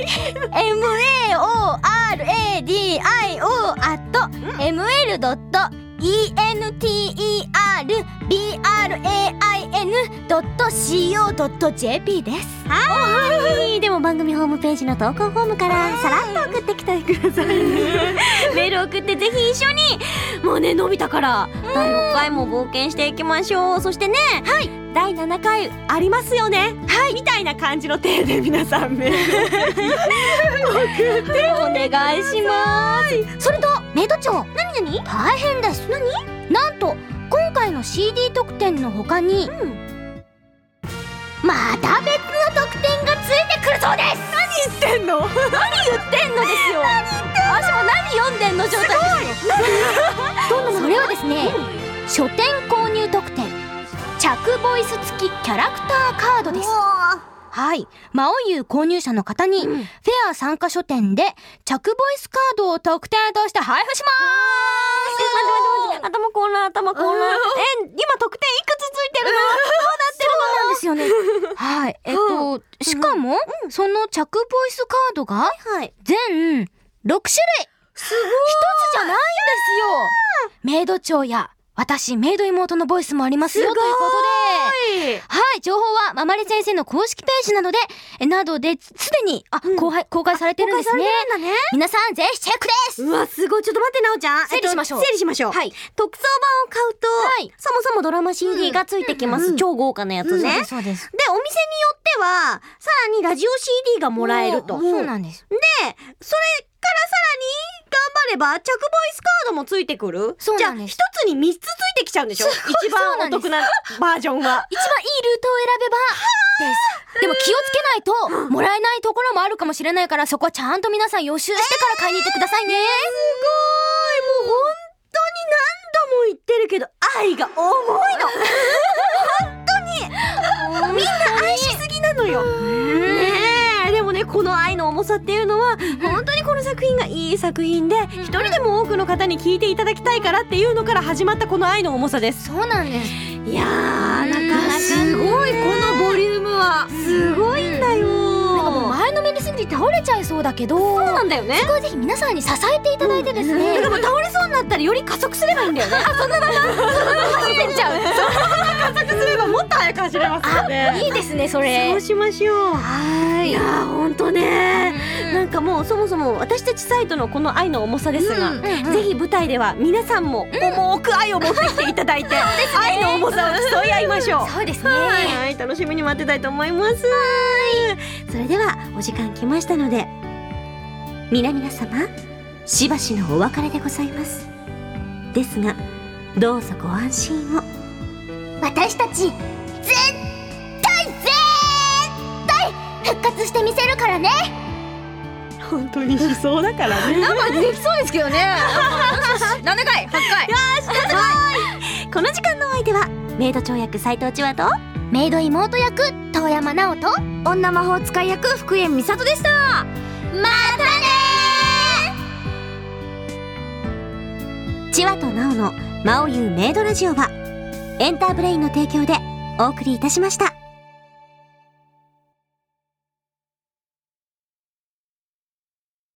、MAORADIO@ml.enterbrain.co.jp です。 はい、でも番組ホームページの投稿フォームからさらっと送ってきてくださいメール送ってぜひ一緒に、もうね伸びたから第6回も冒険していきましょう。そしてね、はい、第7回ありますよね、はい、みたいな感じの体で皆さんメール送ってお願いします。 それとメイド長、何大変です。なんと今回の CD 特典の他に、また別の特典がついてくるそうです。 何言ってんのですよ。 私も何読んでんの状態ですよそれはですね、書店購入特典着ボイス付きキャラクターカードです。はい、魔王優購入者の方に、フェア参加書店で着ボイスカードを特典として配布しまーす。頭こんな今特典いくつついてるの？どうなってるの？ そうなんですよねはい、しかも、その着ボイスカードが全6種類、すごい、一つじゃないんですよ。メイド長や私メイド妹のボイスもありますよということで、はい、情報はママレ先生の公式ページなどですでに公開されてるんですね。皆さんぜひチェックです。 うわ、すごい。ちょっと待って、なおちゃん、整理しましょう。はい、特装版を買うと、そもそもドラマ CD がついてきます。超豪華なやつね。 そうです。 で、お店によってはさらにラジオ CD がもらえると。 そうなんです。 で、それからさらに頑張れば着ボイスカードもついてくる。 そうなんです。 じゃあ一つに3つついてきちゃうんでしょ。一番お得なバージョンは。 一番いいルートを選べばです。でも気をつけないともらえないところもあるかもしれないから、そこはちゃんと皆さん予習してから買いに行ってくださいね。 すごい。もう本当に何度も言ってるけど愛が重いの本当にみんな愛しすぎなのよね。でもね、この愛の重さっていうのは本当にこの作品がいい作品で、一人でも多くの方に聞いていただきたいからっていうのから始まったこの愛の重さです。 そうなんです。 いやー、なかなかすごい、このボリュームはすごいんだよ。 なんかもう前のめりすぎて倒れちゃいそうだけど、 そうなんだよね。 そこはぜひ皆さんに支えていただいてですね、 だからもう倒れそうになったらより加速すればいいんだよね。 そのまま走れちゃう。 そのまま加速すればもっと速く走れますので、 いいですね、それ。 そうしましょう。いやー、ほんとね、なんかもうそもそも私たちサイトのこの愛の重さですが、ぜひ舞台では皆さんも重く愛を持ってきていただいて、愛の重さを競い合いましょう。 そうですね。 はい、楽しみに待ってたいと思います。それではお時間来ましたので、皆様しばしのお別れでございます。ですがどうぞご安心を。 私たち絶対復活してみせるからね。 本当にしそうだからね。 なんかできそうですけどね。7回8回、よし、 この時間のお相手はメイド長役斉藤千和とメイド妹役遠山奈緒と女魔法使い役福円美里でした。 またねー。千和と奈緒の魔王優メイドラジオはエンターブレインの提供でお送りいたしました。